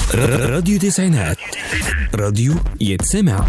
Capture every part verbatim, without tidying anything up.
راديو تسعينات، راديو يتسمع.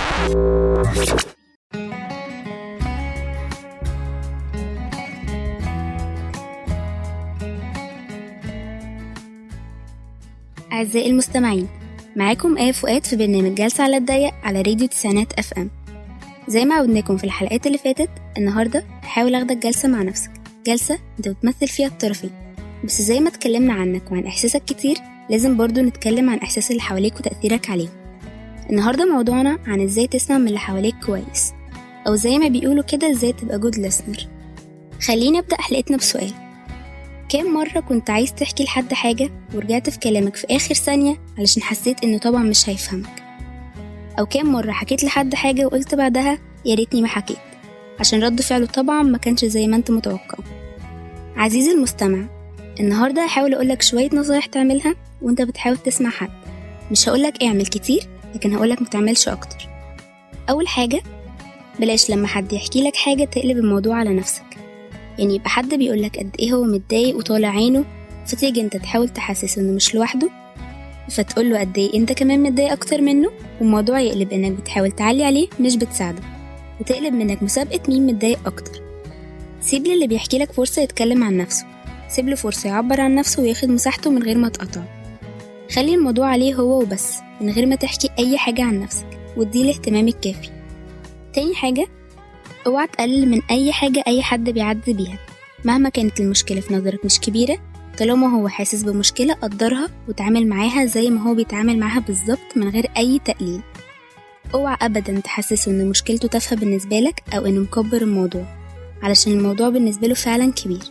أعزائي المستمعين، معاكم آية فؤاد في برنامج جلسة على الضيق على راديو تسعينات اف ام. زي ما عودناكم في الحلقات اللي فاتت، النهاردة هحاول أخدك جلسة مع نفسك، جلسة انت بتمثل فيها الطرفين. بس زي ما اتكلمنا عنك وعن إحساسك كتير، لازم برضو نتكلم عن إحساس اللي حواليك وتأثيرك عليهم. النهاردة موضوعنا عن إزاي تسمع من اللي حواليك كويس، أو زي ما بيقولوا كده إزاي تبقى جود listener. خلينا نبدأ حلقتنا بسؤال: كام مرة كنت عايز تحكي لحد حاجة ورجعت في كلامك في آخر ثانية علشان حسيت إنه طبعا مش هيفهمك؟ أو كام مرة حكيت لحد حاجة وقلت بعدها يا ريتني ما حكيت، عشان رد فعله طبعا ما كانش زي ما انت متوقع؟ عزيزي المستمع، النهاردة هحاول أقولك شوية نصايح تعملها وانت بتحاول تسمع حد. مش هقولك اعمل كتير، لكن هقولك متعملش أكتر. أول حاجة، بلاش لما حد يحكي لك حاجة تقلب الموضوع على نفسك. يعني يبقى حد بيقولك قد ايه هو متضايق وطالع عينه، فتيجي انت تحاول تحسس انه مش لوحده، فتقوله قد ايه انت كمان متضايق اكتر منه، والموضوع يقلب انك بتحاول تعلي عليه مش بتساعده، وتقلب منك مسابقة مين متضايق اكتر. سيب للي بيحكي لك فرصة يتكلم عن نفسه، سيب له فرصة يعبر عن نفسه وياخد مساحته من غير ما تقطعه. خلي الموضوع عليه هو وبس، من غير ما تحكي اي حاجة عن نفسك، واديه الاهتمام الكافي. تاني حاجة، اوعى تقلل من اي حاجة اي حد بيعدي بيها، مهما كانت المشكلة في نظرك مش كبيرة. طالما هو حاسس بمشكلة، قدرها وتعامل معاها زي ما هو بيتعامل معاها بالظبط من غير اي تقليل. اوعى ابدا تحسسه ان مشكلته تافهة بالنسبة لك او انه مكبر الموضوع، علشان الموضوع بالنسبة له فعلا كبير.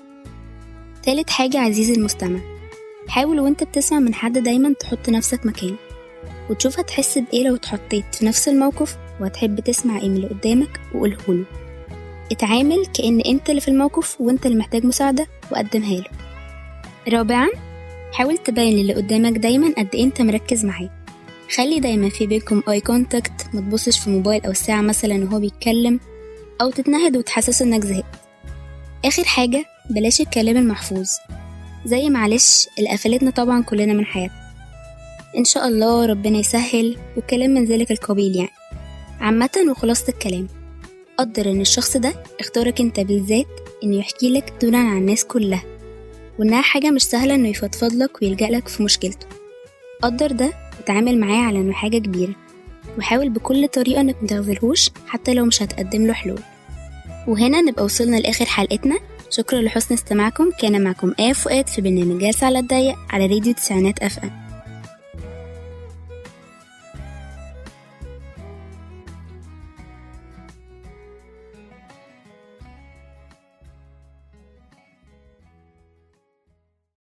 تالت حاجة عزيزي المستمع، حاول وانت بتسمع من حد دايما تحط نفسك مكانه، وتشوف هتحس بايه لو اتحطيت في نفس الموقف، وهتحب تسمع ايه من اللي قدامك وقولهوله. اتعامل كأن انت اللي في الموقف وانت اللي محتاج مساعدة وقدمها له. رابعا، حاول تبين للي قدامك دايما قد ايه انت مركز معاه. خلي دايما في بينكم اي كونتاكت، ما تبصش في موبايل او الساعة مثلا وهو بيتكلم، او تتنهد وتحسسه انك زهقت. اخر حاجة، بلاش الكلام المحفوظ، زي معلش اللي قفلتنا طبعا كلنا من حياتنا، ان شاء الله ربنا يسهل، وكلام من ذلك القبيل. يعني عامة وخلاصة الكلام، قدر ان الشخص ده اختارك انت بالذات انه يحكي لك دونا عن الناس كلها، وانها حاجة مش سهلة انه يفضفض لك ويلجأ لك في مشكلته. قدر ده وتعامل معاه على انه حاجة كبيرة، وحاول بكل طريقة انك متغفلهوش حتى لو مش هتقدم له حلول. وهنا نبقى وصلنا لآخر حلقتنا. شكرا لحسن استماعكم. كان معكم آية فؤاد في برنامج جلسة على الضيق على راديو تسعينات اف ام.